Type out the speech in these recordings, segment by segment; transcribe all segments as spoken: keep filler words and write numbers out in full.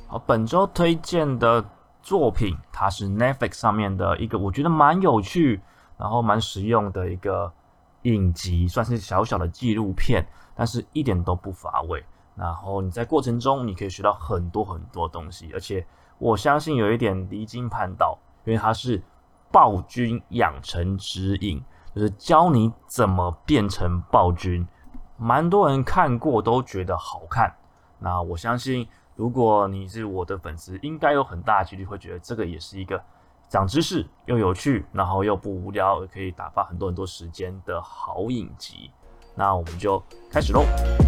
好，本周推荐的作品，它是 Netflix 上面的一个我觉得蛮有趣，然后蛮实用的一个影集，算是小小的纪录片，但是一点都不乏味。然后你在过程中你可以学到很多很多东西，而且我相信有一点离经叛道，因为它是暴君养成指引，就是教你怎么变成暴君。蛮多人看过都觉得好看，那我相信如果你是我的粉丝，应该有很大的几率会觉得这个也是一个长知识又有趣，然后又不无聊，可以打发很多很多时间的好影集。那我们就开始咯。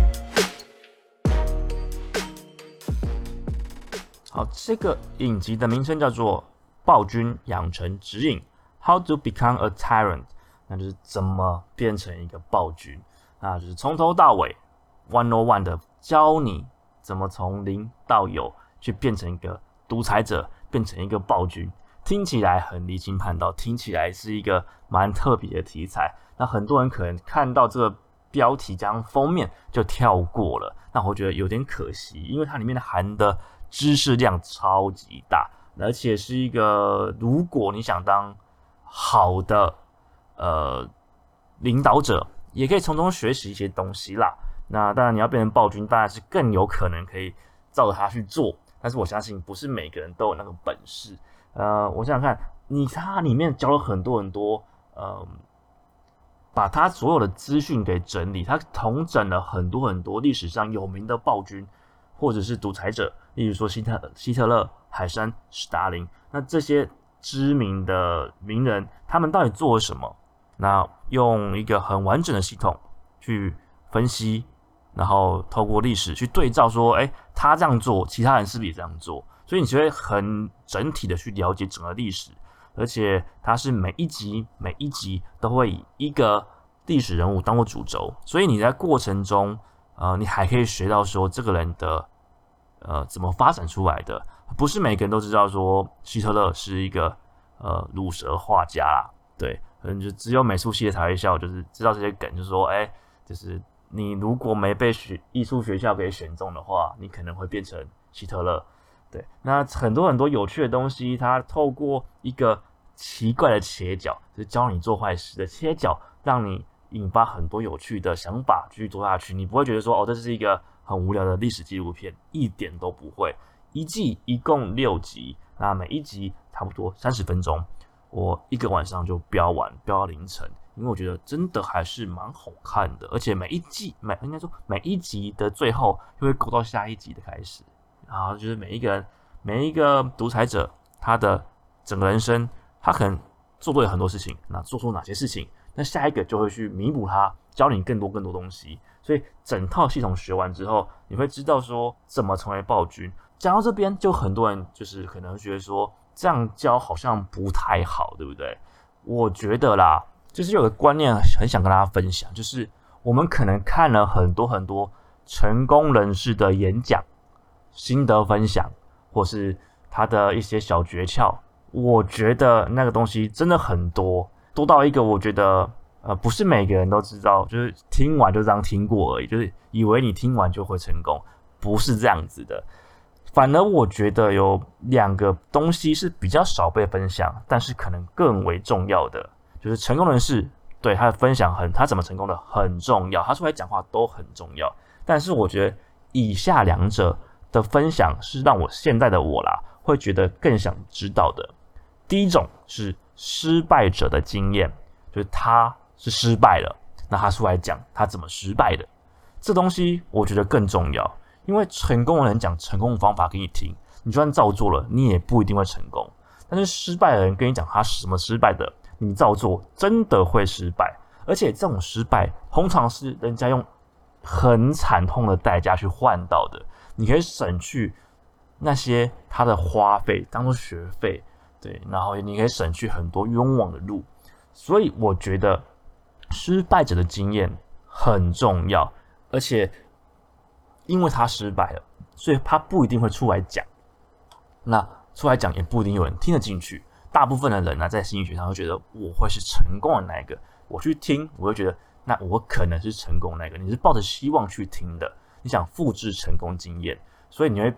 好，这个影集的名称叫做《暴君养成指引》 How to Become a Tyrant， 那就是怎么变成一个暴君，那就是从头到尾一零一的教你怎么从零到有去变成一个独裁者，变成一个暴君。听起来很离经叛道，听起来是一个蛮特别的题材。那很多人可能看到这个标题加上封面就跳过了，那我觉得有点可惜，因为它里面的含的知识量超级大，而且是一个如果你想当好的呃领导者，也可以从中学习一些东西啦。那当然你要变成暴君，当然是更有可能可以照着他去做，但是我相信不是每个人都有那个本事。呃，我想想看，你它里面教了很多很多，呃，把他所有的资讯给整理，他统整了很多很多历史上有名的暴君或者是独裁者，例如说希特希特勒、海山、史达林，那这些知名的名人，他们到底做了什么？那用一个很完整的系统去分析，然后透过历史去对照说，哎，他这样做，其他人是不是也这样做？所以你就会很整体的去了解整个历史，而且它是每一集每一集都会以一个历史人物当做主轴，所以你在过程中，呃，你还可以学到说这个人的呃怎么发展出来的。不是每个人都知道说希特勒是一个呃乳蛇画家啦，对，可能就只有美术系的才会笑，就是知道这些梗，就是说，哎，就是你如果没被学艺术学校给选中的话，你可能会变成希特勒。对，那很多很多有趣的东西，它透过一个奇怪的切角，就是教你做坏事的切角，让你引发很多有趣的想法继续做下去。你不会觉得说，哦，这是一个很无聊的历史纪录片，一点都不会。一季一共六集，那每一集差不多三十分钟，我一个晚上就飙完，飙到凌晨，因为我觉得真的还是蛮好看的，而且每一季每应该说每一集的最后就会勾到下一集的开始。然后就是每一个人，每一个独裁者，他的整个人生，他可能做对了很多事情，那做出哪些事情，那下一个就会去弥补他，教你更多更多东西。所以整套系统学完之后，你会知道说怎么成为暴君。讲到这边，就很多人就是可能觉得说这样教好像不太好，对不对？我觉得啦，就是有个观念很想跟大家分享，就是我们可能看了很多很多成功人士的演讲、心得分享，或是他的一些小诀窍，我觉得那个东西真的很多，多到一个我觉得呃不是每个人都知道，就是听完就这样听过而已，就是以为你听完就会成功，不是这样子的。反而我觉得有两个东西是比较少被分享，但是可能更为重要的，就是成功人士对他的分享很，他怎么成功的很重要，他出来讲话都很重要。但是我觉得以下两者的分享是让我现在的我啦会觉得更想知道的。第一种是失败者的经验，就是他是失败了，那他出来讲他怎么失败的，这东西我觉得更重要。因为成功的人讲成功的方法给你听，你就算照做了，你也不一定会成功。但是失败的人跟你讲他什么失败的，你照做真的会失败。而且这种失败通常是人家用很惨痛的代价去换到的，你可以省去那些他的花费当做学费，对，然后你可以省去很多冤枉的路。所以我觉得失败者的经验很重要，而且因为他失败了，所以他不一定会出来讲。那出来讲也不一定有人听得进去。大部分的人呢、啊，在心理学上会觉得我会是成功的那一个，我去听，我会觉得那我可能是成功的那一个。你是抱着希望去听的，你想复制成功经验，所以你会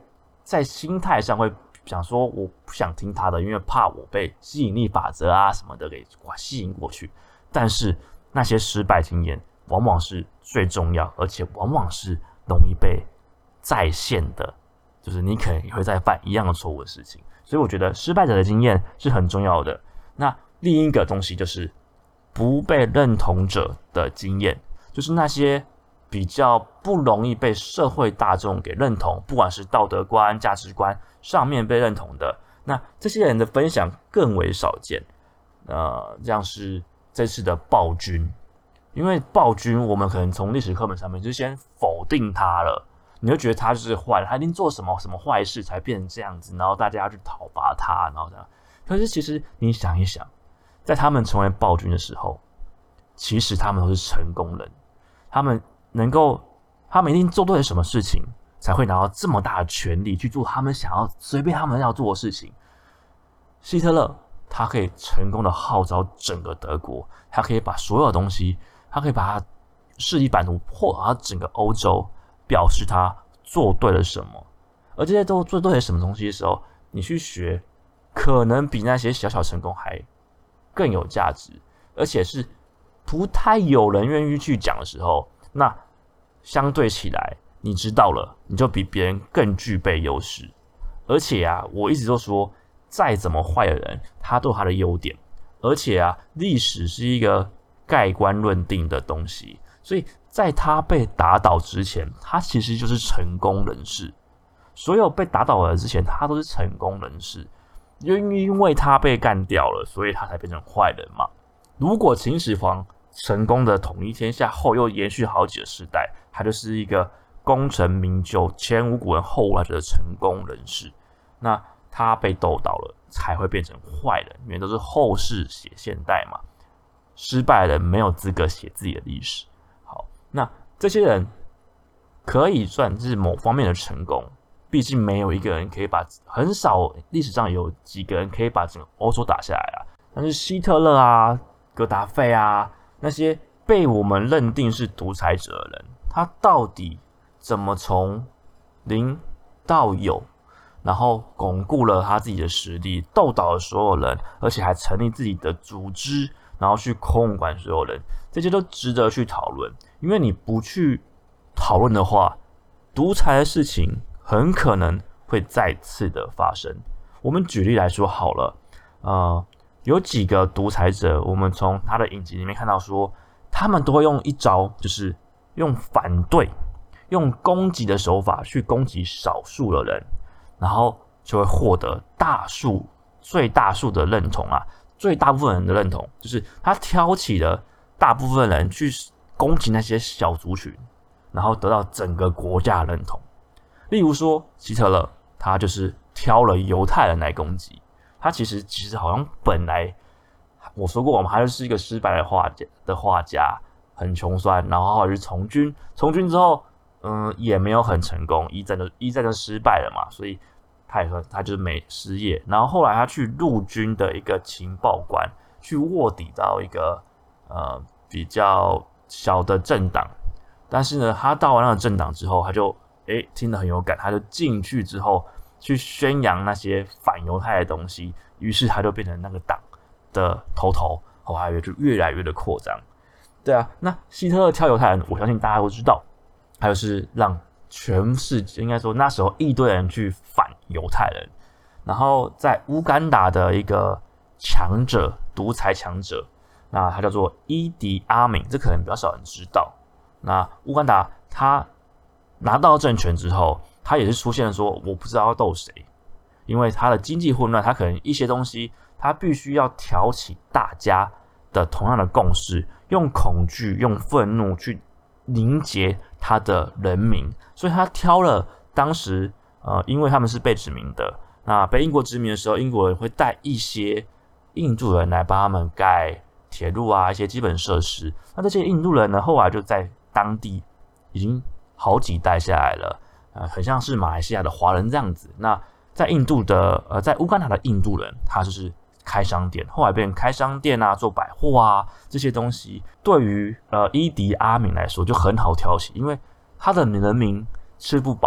在心态上会想说我不想听他的，因为怕我被吸引力法则啊什么的给吸引过去。但是那些失败经验往往是最重要，而且往往是容易被再现的，就是你可能也会再犯一样的错误的事情。所以我觉得失败者的经验是很重要的。那另一个东西就是不被认同者的经验，就是那些比较不容易被社会大众给认同，不管是道德观、价值观上面被认同的，那这些人的分享更为少见。呃，像是这次的暴君，因为暴君我们可能从历史课本上面就先否定他了，你就觉得他就是坏了，他一定做什么什么坏事才变成这样子，然后大家要去讨伐他，然后这样。可是其实你想一想，在他们成为暴君的时候，其实他们都是成功人，他们能够，他们一定做对了什么事情，才会拿到这么大的权力去做他们想要随便他们要做的事情。希特勒他可以成功的号召整个德国，他可以把所有的东西，他可以把他势力版图或者他整个欧洲，表示他做对了什么。而这些都做对了什么东西的时候，你去学，可能比那些小小成功还更有价值，而且是不太有人愿意去讲的时候，那相对起来，你知道了，你就比别人更具备优势。而且啊，我一直都说，再怎么坏的人，他都有他的优点。而且啊，历史是一个盖棺论定的东西，所以在他被打倒之前，他其实就是成功人士。所有被打倒的之前，他都是成功人士。因为他被干掉了，所以他才变成坏人嘛。如果秦始皇成功的统一天下后，又延续好几个世代，他就是一个功成名就、前无古人后无来者的成功人士。那他被斗倒了，才会变成坏人，因为都是后世写现代嘛。失败的人没有资格写自己的历史。好，那这些人可以算是某方面的成功。毕竟没有一个人可以把，很少历史上有几个人可以把整个欧洲打下来啊。但是希特勒啊、戈达费啊，那些被我们认定是独裁者的人，他到底怎么从零到有，然后巩固了他自己的实力，斗倒了所有人，而且还成立自己的组织，然后去控管所有人，这些都值得去讨论。因为你不去讨论的话，独裁的事情很可能会再次的发生。我们举例来说好了，呃，有几个独裁者，我们从他的影集里面看到说，他们都会用一招，就是用反对、用攻击的手法去攻击少数的人，然后就会获得大数、最大数的认同啊，最大部分人的认同，就是他挑起了大部分人去攻击那些小族群，然后得到整个国家的认同。例如说，希特勒他就是挑了犹太人来攻击，他其实其实好像本来我说过嘛，他就是一个失败的画家的画家，很穷酸，然后后来去从军，从军之后，嗯，也没有很成功，一战就一战就失败了嘛，所以他也说他就是没失业，然后后来他去陆军的一个情报官，去卧底到一个呃比较小的政党，但是呢，他到完那个政党之后，他就诶，听得很有感，他就进去之后去宣扬那些反犹太的东西，于是他就变成那个党的头头，后来就越来越的扩张。对啊，那希特勒挑犹太人，我相信大家都知道，还有是让全世界应该说那时候一堆人去反犹太人，然后在乌干达的一个强者，独裁强者，那他叫做伊迪阿敏，这可能比较少人知道。那乌干达他拿到政权之后，他也是出现了说我不知道要斗谁，因为他的经济混乱，他可能一些东西他必须要挑起大家的同样的共识，用恐惧、用愤怒去凝结他的人民，所以他挑了当时呃，因为他们是被殖民的，那被英国殖民的时候，英国人会带一些印度人来帮他们盖铁路啊，一些基本设施。那这些印度人呢，后来就在当地已经好几代下来了，呃，很像是马来西亚的华人这样子。那在印度的呃，在乌干达的印度人，他就是开商店，后来变成开商店啊，做百货啊，这些东西对于呃伊迪阿敏来说就很好挑起，因为他的人民吃不饱，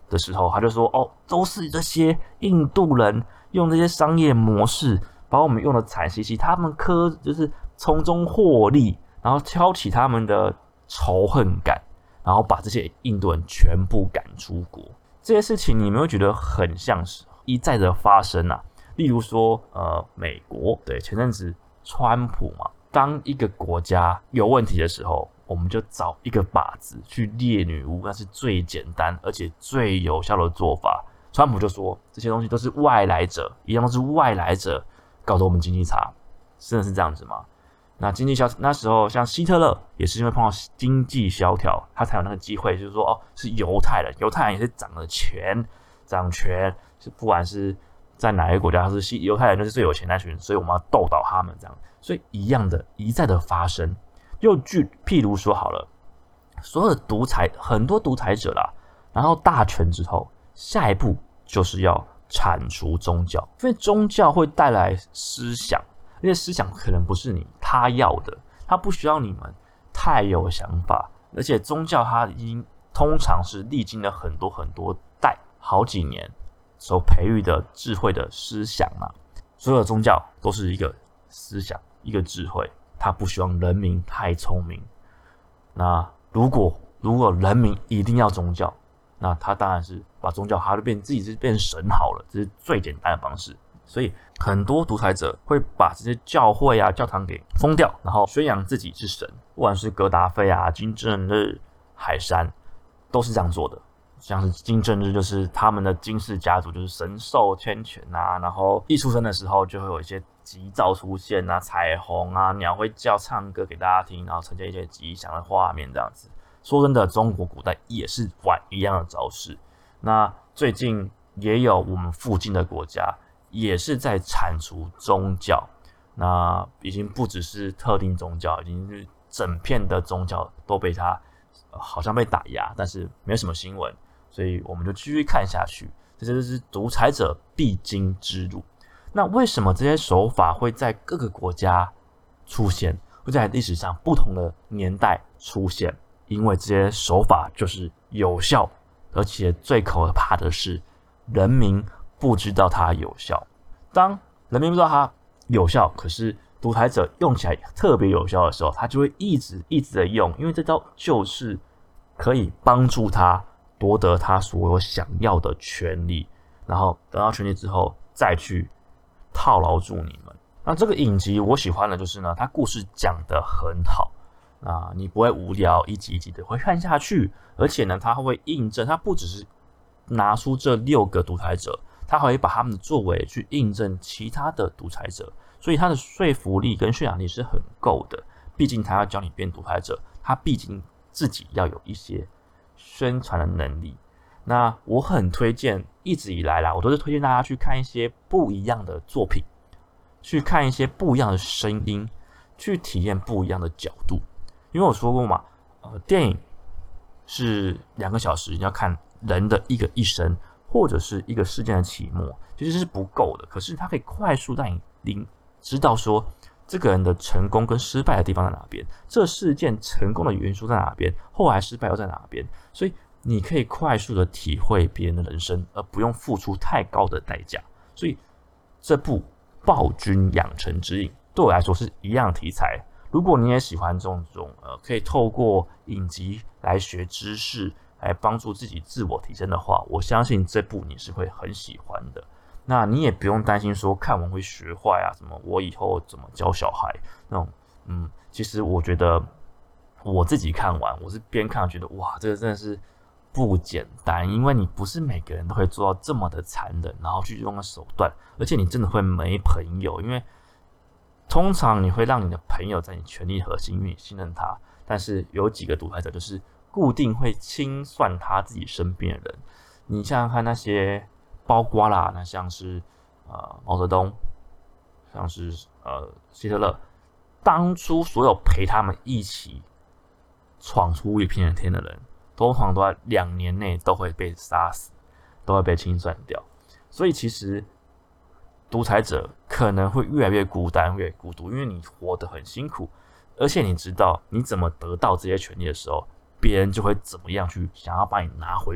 的时候，他就说哦，都是这些印度人用这些商业模式把我们用的惨兮兮，他们科就是从中获利，然后挑起他们的仇恨感，然后把这些印度人全部赶出国。这些事情你们会觉得很像是一再的发生啊。例如说，呃，美国对前阵子川普嘛，当一个国家有问题的时候，我们就找一个靶子去猎女巫，那是最简单而且最有效的做法。川普就说这些东西都是外来者，一样都是外来者搞得我们经济差，真的是这样子吗？那经济萧那时候像希特勒也是因为碰到经济萧条，他才有那个机会，就是说哦，是犹太人，犹太人也是掌了权，掌权，是不管是在哪一个国家，是犹太人就是最有钱那群人，所以我们要斗倒他们这样，所以一样的一再的发生。又据譬如说好了，所有的独裁很多独裁者啦，然后大权之后，下一步就是要铲除宗教，因为宗教会带来思想，而且思想可能不是你他要的，他不需要你们太有想法，而且宗教它已经通常是历经了很多很多代好几年所培育的智慧的思想嘛。所有的宗教都是一个思想，一个智慧，他不希望人民太聪明。那如果如果人民一定要宗教，那他当然是把宗教他就变自己是变神好了，这是最简单的方式。所以很多独裁者会把这些教会啊、教堂给封掉，然后宣扬自己是神。不管是格达费啊、金正日、海山，都是这样做的。像是金正日就是他们的金氏家族，就是神授天权啊，然后一出生的时候就会有一些吉兆出现啊，彩虹啊，鸟会叫唱歌给大家听，然后呈现一些吉祥的画面这样子。说真的，中国古代也是玩一样的招式。那最近也有我们附近的国家也是在铲除宗教，那已经不只是特定宗教，已经是整片的宗教都被他、呃、好像被打压，但是没有什么新闻，所以我们就继续看下去。这就是独裁者必经之路。那为什么这些手法会在各个国家出现，会在历史上不同的年代出现？因为这些手法就是有效，而且最可怕的是人民不知道它有效。当人民不知道它有效，可是独裁者用起来特别有效的时候，他就会一直一直的用，因为这招就是可以帮助他夺得他所有想要的权利，然后得到权利之后再去套牢住你们。那这个影集我喜欢的就是呢，它故事讲得很好，啊，你不会无聊，一集一集的会看下去，而且呢，它会印证，它不只是拿出这六个独裁者，它还会把他们的作为去印证其他的独裁者，所以它的说服力跟渲染力是很够的。毕竟他要教你变独裁者，他毕竟自己要有一些宣传的能力。那我很推荐，一直以来啦，我都是推荐大家去看一些不一样的作品，去看一些不一样的声音，去体验不一样的角度。因为我说过嘛，呃，电影是两个小时，你要看人的一个一生，或者是一个事件的起末，其实是不够的。可是它可以快速让你知道说，这个人的成功跟失败的地方在哪边，这事件成功的元素在哪边，后来失败又在哪边，所以你可以快速的体会别人的人生，而不用付出太高的代价。所以这部《暴君养成指引》对我来说是一样的题材。如果你也喜欢这种呃，可以透过影集来学知识，来帮助自己自我提升的话，我相信这部你是会很喜欢的。那你也不用担心说看完会学坏啊，什么我以后怎么教小孩那种。嗯，其实我觉得我自己看完，我是边看觉得哇，这个真的是不简单，因为你不是每个人都会做到这么的残忍，然后去用手段，而且你真的会没朋友，因为通常你会让你的朋友在你权力核心，因为你信任他。但是有几个独裁者就是固定会清算他自己身边的人。你想想看，那些包括啦，那像是呃毛泽东，像是呃希特勒，当初所有陪他们一起闯出一片天的人，通常都在两年内都会被杀死，都会被清算掉。所以其实独裁者可能会越来越孤单，越来越孤独，因为你活得很辛苦，而且你知道你怎么得到这些权利的时候，别人就会怎么样去想要把你拿回去。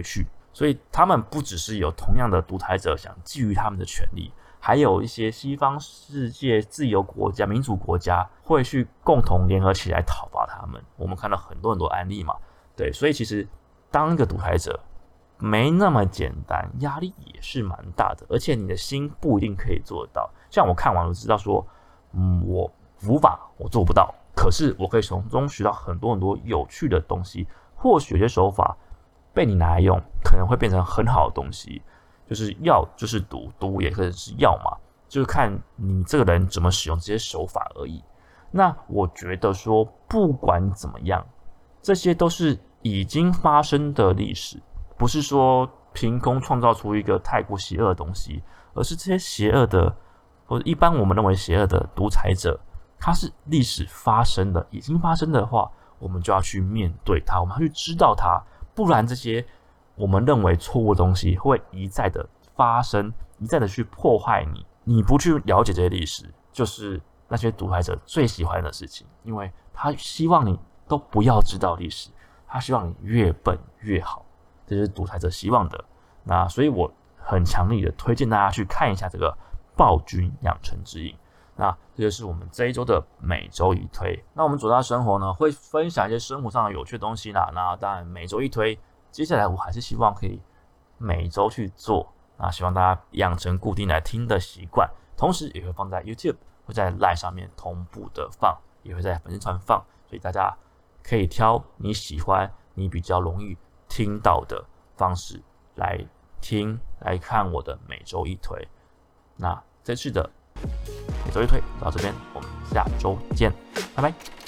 所以他们不只是有同样的独裁者想觊觎他们的权利，还有一些西方世界自由国家、民主国家会去共同联合起来讨伐他们。我们看到很多很多案例嘛，对，所以其实当一个独裁者没那么简单，压力也是蛮大的，而且你的心不一定可以做得到。像我看完我知道说，嗯，我无法，我做不到，可是我可以从中学到很多很多有趣的东西。或许有些手法被你拿来用，可能会变成很好的东西。就是药就是毒，毒也可以是药嘛，就是看你这个人怎么使用这些手法而已。那我觉得说，不管怎么样，这些都是已经发生的历史，不是说凭空创造出一个太过邪恶的东西，而是这些邪恶的，或者一般我们认为邪恶的独裁者，它是历史发生的，已经发生的话，我们就要去面对它，我们要去知道它，不然这些我们认为错误的东西会一再的发生，一再的去破坏你。你不去了解这些历史，就是那些独裁者最喜欢的事情，因为他希望你都不要知道历史，他希望你越笨越好，这是独裁者希望的。那所以我很强力的推荐大家去看一下这个暴君养成指引。那这就是我们这一周的每周一推。那我们左大生活呢，会分享一些生活上的有趣的东西啦。那当然每周一推，接下来我还是希望可以每周去做。那希望大家养成固定来听的习惯，同时也会放在 YouTube 会在 Line 上面同步的放，也会在粉丝团放，所以大家可以挑你喜欢、你比较容易听到的方式来听、来看我的每周一推。那这次的每周一推到这边，我们下周见，拜拜。